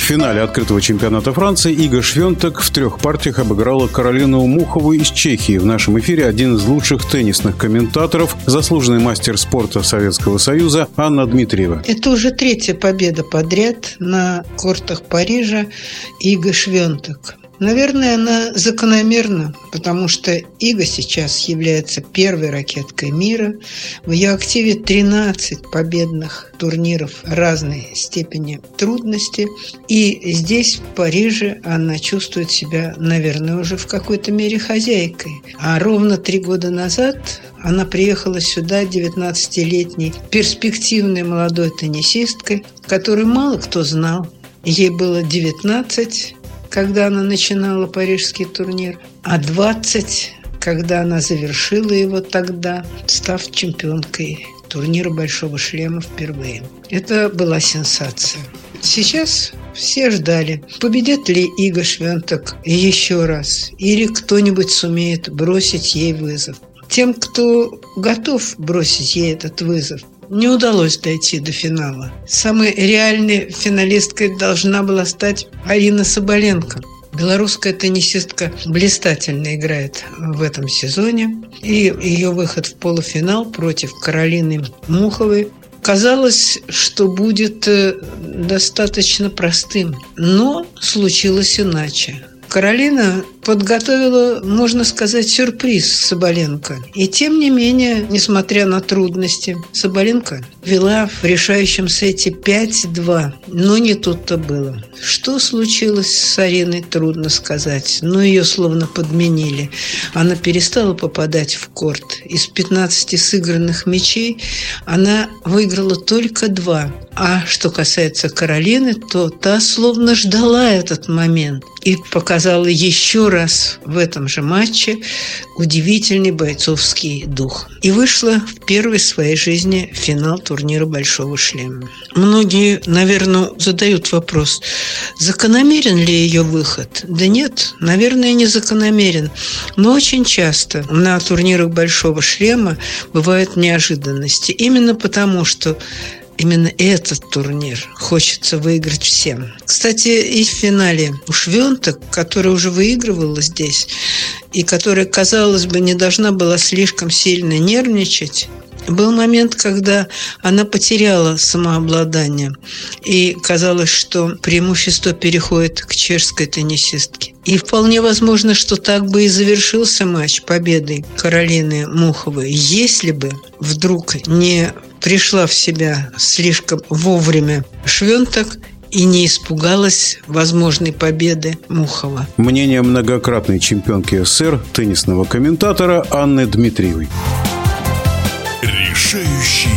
финале открытого чемпионата Франции Ига Швентек в 3 партиях обыграла Каролину Мухову из Чехии. В нашем эфире один из лучших теннисных комментаторов, заслуженный мастер спорта Советского Союза Анна Дмитриева. Это уже 3-я победа подряд на кортах Парижа Ига Швентек. Наверное, она закономерна, потому что Ига сейчас является первой ракеткой мира. В ее активе 13 победных турниров разной степени трудности. И здесь, в Париже, она чувствует себя, наверное, уже в какой-то мере хозяйкой. А ровно 3 года назад она приехала сюда 19-летней перспективной молодой теннисисткой, которую мало кто знал. Ей было 19, когда она начинала парижский турнир, а 20, когда она завершила его тогда, став чемпионкой турнира «Большого шлема» впервые. Это была сенсация. Сейчас все ждали, победит ли Ига Швентек еще раз, или кто-нибудь сумеет бросить ей вызов. Тем, кто готов бросить ей этот вызов, не удалось дойти до финала. Самой реальной финалисткой должна была стать Арина Соболенко. Белорусская теннисистка блистательно играет в этом сезоне. И ее выход в полуфинал против Каролины Муховой казалось, что будет достаточно простым. Но случилось иначе. Каролина подготовила, можно сказать, сюрприз Соболенко. И тем не менее, несмотря на трудности, Соболенко вела в решающем сете 5-2. Но не тут-то было. Что случилось с Ариной, трудно сказать. Но ее словно подменили. Она перестала попадать в корт. Из 15 сыгранных мячей она выиграла только 2. А что касается Каролины, то та словно ждала этот момент и показала еще раз в этом же матче удивительный бойцовский дух. И вышла в первой своей жизни в финал турнира «Большого шлема». Многие, наверное, задают вопрос, закономерен ли ее выход? Да нет, наверное, не закономерен. Но очень часто на турнирах «Большого шлема» бывают неожиданности. Именно потому, что именно этот турнир хочется выиграть всем. Кстати, и в финале у Швентек, которая уже выигрывала здесь, и которая, казалось бы, не должна была слишком сильно нервничать, был момент, когда она потеряла самообладание, и казалось, что преимущество переходит к чешской теннисистке. И вполне возможно, что так бы и завершился матч победой Каролины Муховой, если бы вдруг не пришла в себя слишком вовремя Швентек и не испугалась возможной победы Мухова. Мнение многократной чемпионки СССР, теннисного комментатора Анны Дмитриевой. Решающий